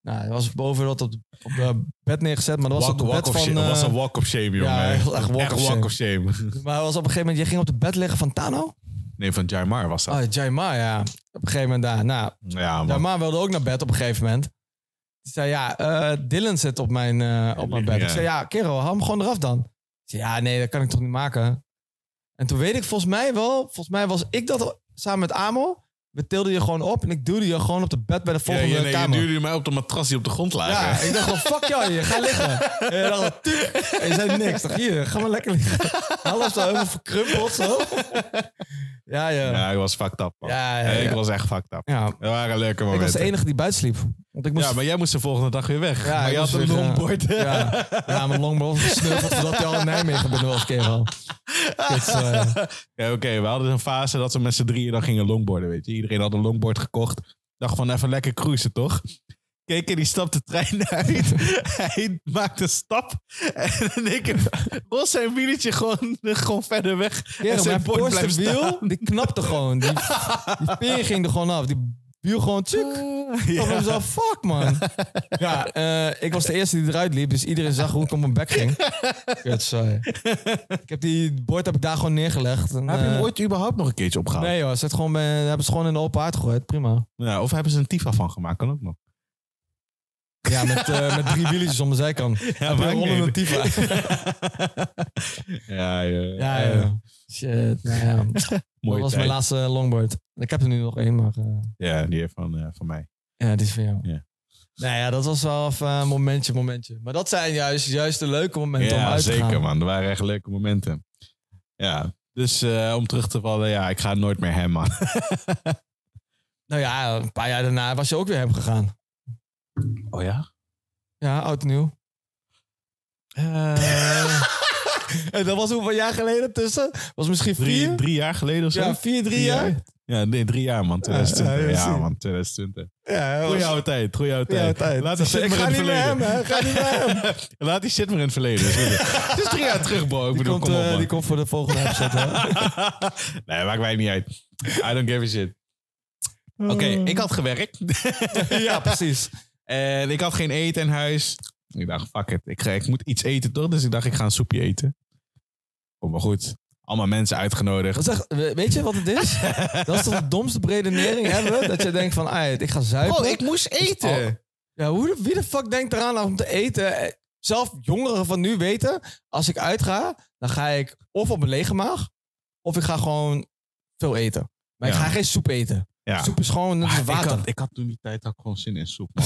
Nou, hij was boven wat op de bed neergezet, maar dat was op de bed van... was een walk of shame, jongen. Ja, echt walk of shame. Maar hij was op een gegeven moment... Je ging op de bed liggen van Tano? Nee, van Jaimar was dat. Oh, Jaimar, ja. Op een gegeven moment daar. Nou, Ja, man. Jaimar wilde ook naar bed op een gegeven moment. Die zei, Dylan zit op mijn bed. Ik zei, kerel, haal hem gewoon eraf dan. Ik zei, ja, nee, dat kan ik toch niet maken. En toen weet ik volgens mij was ik dat samen met Amo. We tilden je gewoon op en ik duwde je gewoon op de bed bij de volgende kamer. Je duwde mij op de matras die op de grond lagen. Ja, ik dacht gewoon, fuck jou, je ga liggen. En je dacht, tuuk. En je zei niks. Ik dacht, hier, ga maar lekker liggen. Half zo, helemaal verkrumpeld zo. Ja. Ja, ik was fucked up, man. Ja. Ik was echt fucked up. Ja. Dat waren leuke momenten. Ik was de enige die buiten sliep. Want ik moest... Ja, maar jij moest de volgende dag weer weg. Ja, maar je had een longboard. Ja, mijn longboard was gesneuveld zodat hij al in Nijmegen binnen was, kerel. Ja, oké, we hadden een fase dat we met z'n drieën dan gingen longboarden, weet je. Iedereen had een longboard gekocht. Dacht van even lekker cruisen, toch? Keken, die stapt de trein uit. Hij maakt een stap. En ik rol zijn wieltje gewoon verder weg. Kerel, en zijn mijn bord blijft wiel, staan. die knapte gewoon. Die peren ging er gewoon af. Die wiel gewoon tjuk. Ik zo, fuck man. Ja, ik was de eerste die eruit liep. Dus iedereen zag hoe ik op mijn bek ging. Kut, sorry. Ik heb die bord heb ik daar gewoon neergelegd. En, Heb je hem ooit überhaupt nog een keertje opgehaald? Nee joh, hebben ze gewoon in de open haard gegooid. Prima. Ja, of hebben ze een Tifa van gemaakt? Kan ook nog. Ja, met 3 wieltjes om de zijkant. Ja, maar een Tifa. Ja. Shit, nou ja. Dat was mijn laatste longboard. Ik heb er nu nog 1, maar... Ja, die van mij. Ja, die is van jou. Ja. Nou ja, dat was wel even een momentje. Maar dat zijn juist de leuke momenten om uit te gaan. Ja, zeker man. Er waren echt leuke momenten. Ja, dus om terug te vallen, ja, ik ga nooit meer hem, man. Nou ja, een paar jaar daarna was je ook weer hem gegaan. Oh ja? Ja, oud en nieuw. En dat was hoeveel jaar geleden tussen? Was misschien 4? 3 jaar geleden of zo? Ja, 3 jaar? Ja, nee, 3 jaar man. 2020. Ja, man, 2020. Ja, Goeie oude tijd. Laat die shit ik maar ga in het niet meer verleden. hem, ga niet meer hem. Laat die shit maar in het verleden. Het is 3 jaar terug, bro. Ik bedoel, kom op, man. Die komt voor de volgende episode. Nee, maakt mij niet uit. I don't give a shit. Oké, ik had gewerkt. Ja, precies. En ik had geen eten in huis. Ik dacht, fuck it. Ik moet iets eten toch? Dus ik dacht, ik ga een soepje eten. Kom maar goed. Allemaal mensen uitgenodigd. Weet je wat het is? Dat is toch de domste redenering hebben? Dat je denkt van, ik ga zuipen. Oh, ik moest eten. Ja, wie de fuck denkt eraan om te eten? Zelf jongeren van nu weten, als ik uitga, dan ga ik of op een lege maag, of ik ga gewoon veel eten. Maar ik ga geen soep eten. Ja. Soep is gewoon water. Ik had toen die tijd gewoon zin in soep.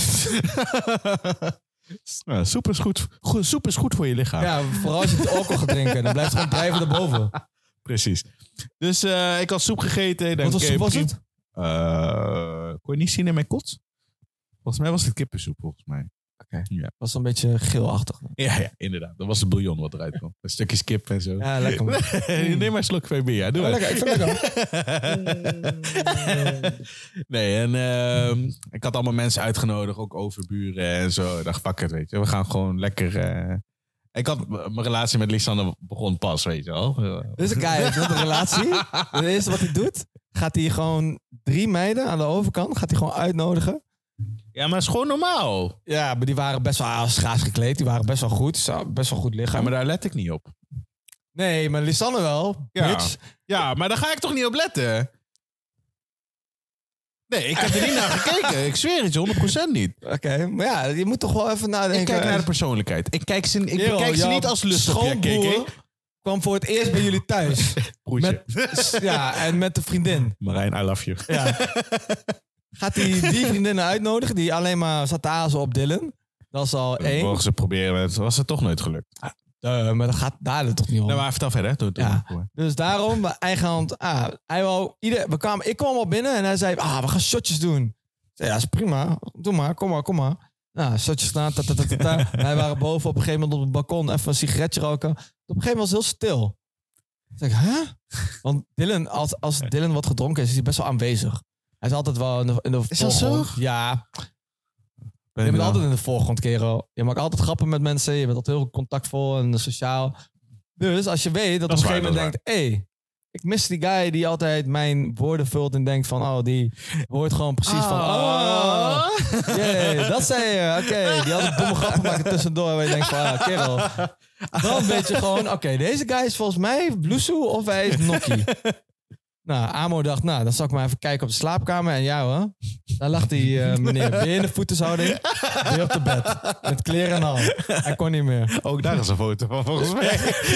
Nou, soep is goed voor je lichaam. Ja, vooral als je het alcohol gaat drinken. Dan blijft het gewoon drijven erboven. Precies. Dus ik had soep gegeten. Wat voor soep was het? Kon je niet zien in mijn kots? Volgens mij was het kippensoep, volgens mij. Oké. Ja. Was een beetje geelachtig. Ja, inderdaad. Dat was het bouillon wat eruit kwam. Een stukjes kip en zo. Ja, lekker man. Neem maar een slok van je bier. Ja, doe maar. Lekker, ik vind het lekker. Nee, en ik had allemaal mensen uitgenodigd. Ook overburen en zo. Ik dacht, fuck het, weet je. We gaan gewoon lekker... Ik had mijn relatie met Lisanne begon pas, weet je wel. Dus een guy heeft een relatie. Het eerste wat hij doet, gaat hij gewoon 3 meiden aan de overkant gaat hij gewoon uitnodigen. Ja, maar het is gewoon normaal. Ja, maar die waren best wel schaars gekleed. Die waren best wel goed. Best wel goed lichaam. Ja, maar daar let ik niet op. Nee, maar Lisanne wel. Ja. Bitch. Ja, maar daar ga ik toch niet op letten? Nee, ik heb er niet naar gekeken. Ik zweer het je, 100% niet. Oké, maar ja, je moet toch wel even nadenken. Ik kijk naar de persoonlijkheid. Ik bekijk ze niet als lustobject. Kwam voor het eerst bij jullie thuis. Broertje. En met de vriendin. Marijn, I love you. Ja. Gaat hij die vriendinnen uitnodigen die alleen maar zat te azen op Dylan? Dat is al 1. Mogen ze proberen, was het toch nooit gelukt. Maar dat gaat daar toch niet om. Nou, maar vertel verder. Ja. Dus daarom, bij eigen hand, ik kwam al binnen en hij zei, we gaan shotjes doen. Ik zei, ja, is prima. Doe maar, kom maar. Nou, shotjes staan, Wij waren boven op een gegeven moment op het balkon even een sigaretje roken. Op een gegeven moment was het heel stil. Ik zeg, huh? Want Dylan, als Dylan wat gedronken is hij best wel aanwezig. Hij is altijd wel in de voorgrond. Is dat zo? Ja. Je bent altijd in de voorgrond, kerel. Je maakt altijd grappen met mensen. Je bent altijd heel contactvol en sociaal. Dus als je weet dat op een gegeven moment denkt... Ik mis die guy die altijd mijn woorden vult en denkt van... Oh, die hoort gewoon precies van... Oh, jee, dat zei je. Oké, die had een domme grappen maken tussendoor. Waar je denkt van, kerel. Dan weet je gewoon... Oké, deze guy is volgens mij Bluesoe of hij is Nokkie. Nou, Amo dacht, dan zal ik maar even kijken op de slaapkamer. En ja hoor, daar lag die meneer weer in de voetenshouding. Weer op de bed. Met kleren en al. Hij kon niet meer. Ook daar is een foto van, volgens mij.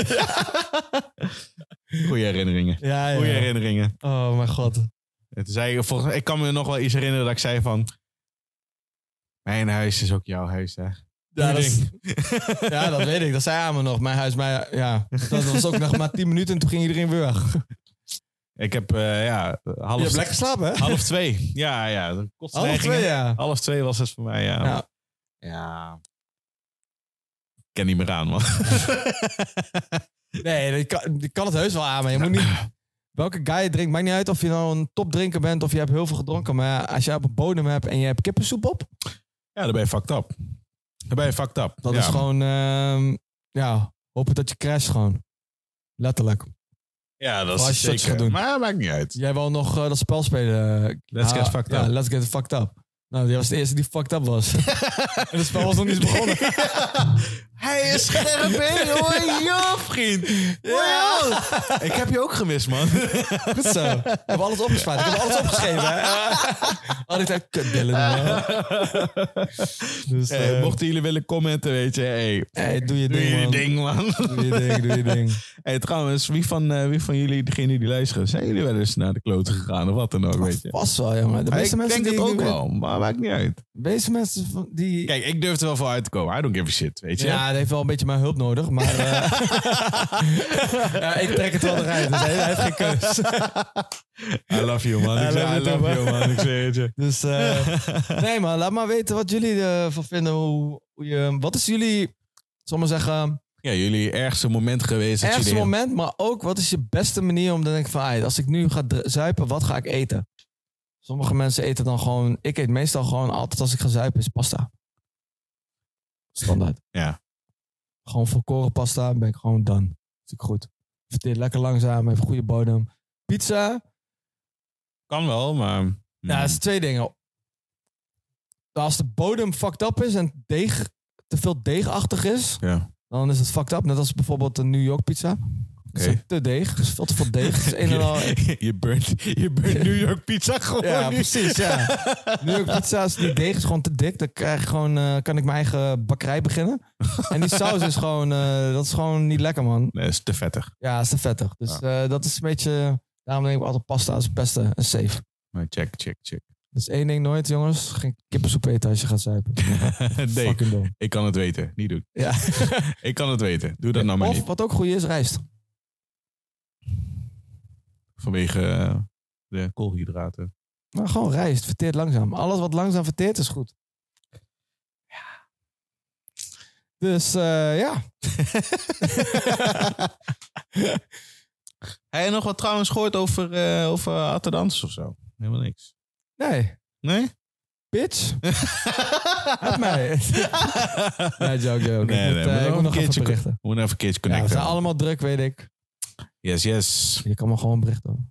Goeie herinneringen. Ja. Goeie herinneringen. Oh mijn god. En toen zei ik, ik kan me nog wel iets herinneren dat ik zei van... Mijn huis is ook jouw huis, hè? Ja, dat weet ik. Dat zei Amo nog. Mijn huis, ja. Dat was ook nog maar 10 minuten en toen ging iedereen weer. Ik heb, Je hebt lekker geslapen, hè? 1:30. Ja. Dat kost 1:30, ja. 1:30 was het voor mij, ja. Ik ken niet meer aan, man. Nee, je kan het heus wel aan, maar je moet niet... Welke guy je drinkt, maakt niet uit of je nou een topdrinker bent of je hebt heel veel gedronken. Maar als je op een bodem hebt en je hebt kippensoep op... Ja, dan ben je fucked up. Dat is gewoon, hopen dat je crasht gewoon. Letterlijk. Ja, dat Als is je zoiets zeker. gaat doen. Maar maakt niet uit. Jij wou nog dat spel spelen. Let's get fucked up. Ja, let's get fucked up. Nou, die was de eerste die fucked up was. En het spel was nog niet eens begonnen. Hij is scherp, hè? Hoi, joh, vriend. Wow. Ik heb je ook gemist, man. Goed zo. Ik heb alles opgespaard. Ik heb alles opgeschreven. Hè? Al die tijd kutdillen. Dus, mochten jullie willen commenten, weet je. Hey, doe je Doe ding, je man. ding, man. Doe je ding. Hey, trouwens, wie van jullie, degenen die luisteren, zijn jullie wel eens naar de kloten gegaan of wat dan ook, weet je? Vast wel, jongen. De meeste Ik mensen denk het die ook wel, maar maakt niet uit. De meeste mensen die... Kijk, ik durf er wel voor uit te komen. I don't give a shit, weet je? Ja, hij heeft wel een beetje mijn hulp nodig, maar... ja, ik trek het wel eruit, dus hij heeft geen keus. I love you, man. I love you, man. Ik zeg het je. Dus nee, man, laat maar weten wat jullie ervan vinden. Wat is jullie, zal maar zeggen... Ja, jullie ergste moment geweest. Dat Ergste jullie... moment, maar ook wat is je beste manier om te denken van... als ik nu ga zuipen, wat ga ik eten? Sommige mensen eten dan gewoon... Ik eet meestal gewoon altijd als ik ga zuipen is pasta. Standaard. Ja. Gewoon volkoren pasta, ben ik gewoon done. Is ik goed. Verteert lekker langzaam, heeft een goede bodem. Pizza. Kan wel, maar... Ja, dat is 2 dingen. Als de bodem fucked up is en deeg te veel deegachtig is, dan is het fucked up. Net als bijvoorbeeld een New York pizza. Dat is te deeg, dus veel te veel deeg. Dus een en al... je burnt New York pizza gewoon. Ja, precies, ja. New York pizza's, die deeg is gewoon te dik. Dan krijg ik gewoon, kan ik mijn eigen bakkerij beginnen. En die saus is gewoon, dat is gewoon niet lekker, man. Nee, dat is te vettig. Ja, is te vettig. Dus dat is een beetje, daarom denk ik altijd pasta is het beste en safe. Maar check. Dus 1 ding nooit, jongens. Geen kippensoep eten als je gaat zuipen. Nee, fucking dom. ik kan het weten. Niet doen. Ja. Ik kan het weten. Doe dat nou maar of, niet. wat ook goed is, rijst. Vanwege de koolhydraten. Maar gewoon rijst, verteert langzaam. Alles wat langzaam verteert is goed. Ja. Dus ja. Heb je nog wat trouwens gehoord over Attendances of zo? Helemaal niks. Nee. Nee? Bitch. Heb mij. Nee, joke. Nee, ik moet nog even berichten. We moeten even een keertje Ja, connecten. we zijn allemaal druk, weet ik. Yes. Je kan me gewoon berichten.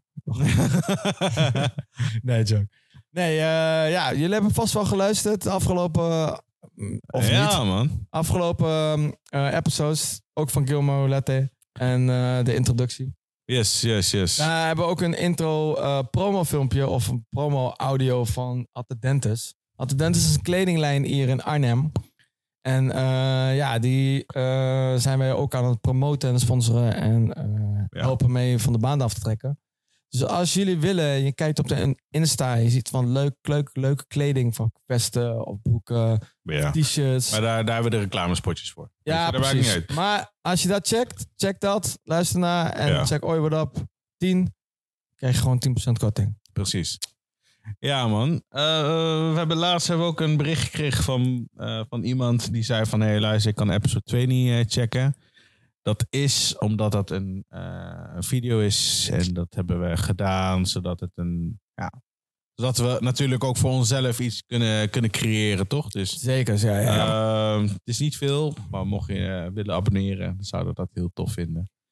Nee, joke. Nee, ja, jullie hebben vast wel geluisterd de afgelopen... of ja, niet. Man. Afgelopen episodes. Ook van Gilmo Latte. En de introductie. Yes. We hebben ook een intro promofilmpje of een promo-audio van Attendentes. Attendentes is een kledinglijn hier in Arnhem. En die zijn wij ook aan het promoten en sponsoren en helpen mee van de baan af te trekken. Dus als jullie willen, je kijkt op de Insta, je ziet van leuke kleding van vesten of broeken, t-shirts. Maar daar hebben we de reclamespotjes voor. Ja, dus precies. maakt niet uit. Maar als je dat checkt, check dat, luister naar en check Oi What Up 10, krijg je gewoon 10% korting. Precies. Ja, man. We hebben ook een bericht gekregen van iemand die zei van... Hey, luister, ik kan episode 2 niet checken. Dat is omdat dat een video is. En dat hebben we gedaan, zodat zodat we natuurlijk ook voor onszelf iets kunnen creëren, toch? Dus, zeker, ja. Het is niet veel, maar mocht je willen abonneren, dan zouden we dat heel tof vinden.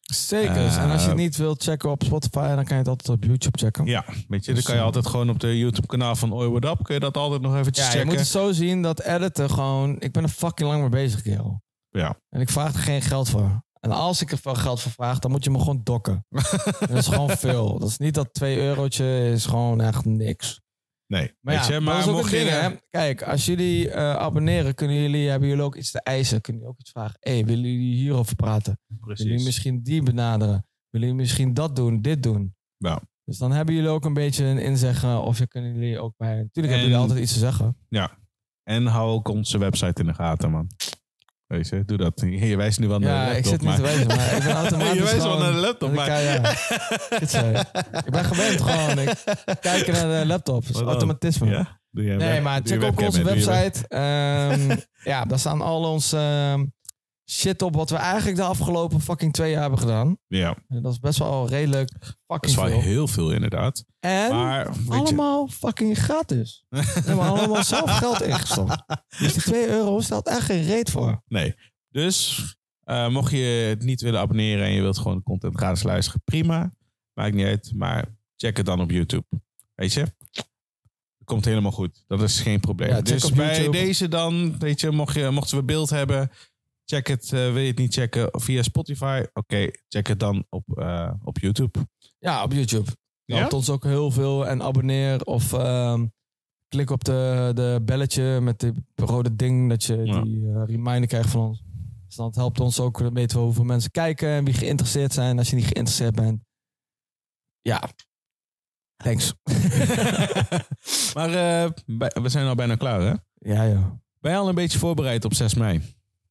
Zeker. En als je het niet wilt checken op Spotify, dan kan je het altijd op YouTube checken. Ja, weet je, dan kan je altijd gewoon op de YouTube-kanaal van Oi What Up, kun je dat altijd nog eventjes Ja, checken. je moet het zo zien dat editen gewoon... Ik ben er fucking lang mee bezig, kerel. Ja. En ik vraag er geen geld voor. En als ik er veel geld voor vraag, dan moet je me gewoon dokken. En dat is gewoon veel. Dat is niet dat 2 eurotje is gewoon echt niks. Nee, Maar weet ja, je, dat maar is ook mocht een ding, je... hè. Kijk, als jullie abonneren, hebben jullie ook iets te eisen. Kunnen jullie ook iets vragen. Willen jullie hierover praten? Willen jullie Precies. misschien die benaderen? Willen jullie misschien dat doen, dit doen? Ja. Dus dan hebben jullie ook een beetje een inzeggen. Of kunnen jullie ook bij... Natuurlijk hebben jullie altijd iets te zeggen. Ja. En hou ook onze website in de gaten, man. Weet je, doe dat. Je wijst nu wel naar de laptop. Ik zit niet te wijzen, maar ik ben automatisch Je wijst wel gewoon... naar de laptop, maar... Ik ben gewend gewoon. Ik kijk naar de laptop. Dat is automatisme. Ja? Doe jij Nee, web- maar doe je check ook webcam onze in, doe je website. Ja, daar staan al onze shit op wat we eigenlijk de afgelopen fucking 2 jaar hebben gedaan. Ja, En dat is best wel redelijk dat fucking is wel veel. heel veel inderdaad. En Maar, weet je... allemaal fucking gratis. We hebben allemaal zelf geld ingestort. Dus die 2 euro stelt echt geen reet voor. Nee. Dus, mocht je het niet willen abonneren en je wilt gewoon de content gratis luisteren, prima. Maakt niet uit, maar check het dan op YouTube. Weet je? Het komt helemaal goed. Dat is geen probleem. Ja, check dus op bij YouTube. deze dan, weet je, mochten we beeld hebben, check het. Wil je het niet checken via Spotify? Oké, check het dan op YouTube. Ja, op YouTube. Dat Ja? helpt ons ook heel veel. En abonneer of klik op de belletje met die rode ding dat je Ja. die reminder krijgt van ons. Dus dat helpt ons ook. Dan weten we hoeveel mensen kijken en wie geïnteresseerd zijn. Als je niet geïnteresseerd bent. Ja. Thanks. Maar we zijn al bijna klaar, hè? Ja, joh. Ben je al een beetje voorbereid op 6 mei?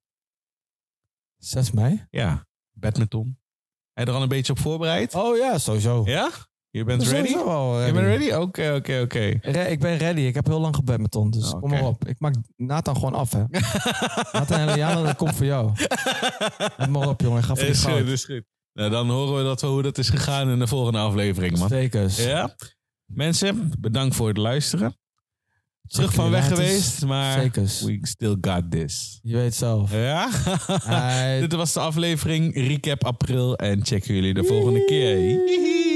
6 mei? Ja, badminton. Ben je er al een beetje op voorbereid? Oh ja, sowieso. Ja? Je bent ready? Sowieso wel Je bent ready? Oké. Ik ben ready. Ik heb heel lang gebadminton. Dus Oké. kom maar op. Ik maak Nathan gewoon af, hè. Nathan en Liana, dat komt voor jou. Let maar op, jongen. Ik ga voor je Is goud. goed, is goed. Nou, dan horen we hoe dat is gegaan in de volgende aflevering, man. Stekers. Ja? Mensen, bedankt voor het luisteren. Terug van weg Gratis. geweest, maar Zekers. we still got this. Je weet zelf. Ja? Hij- Dit was de aflevering Recap April en checken jullie de volgende keer.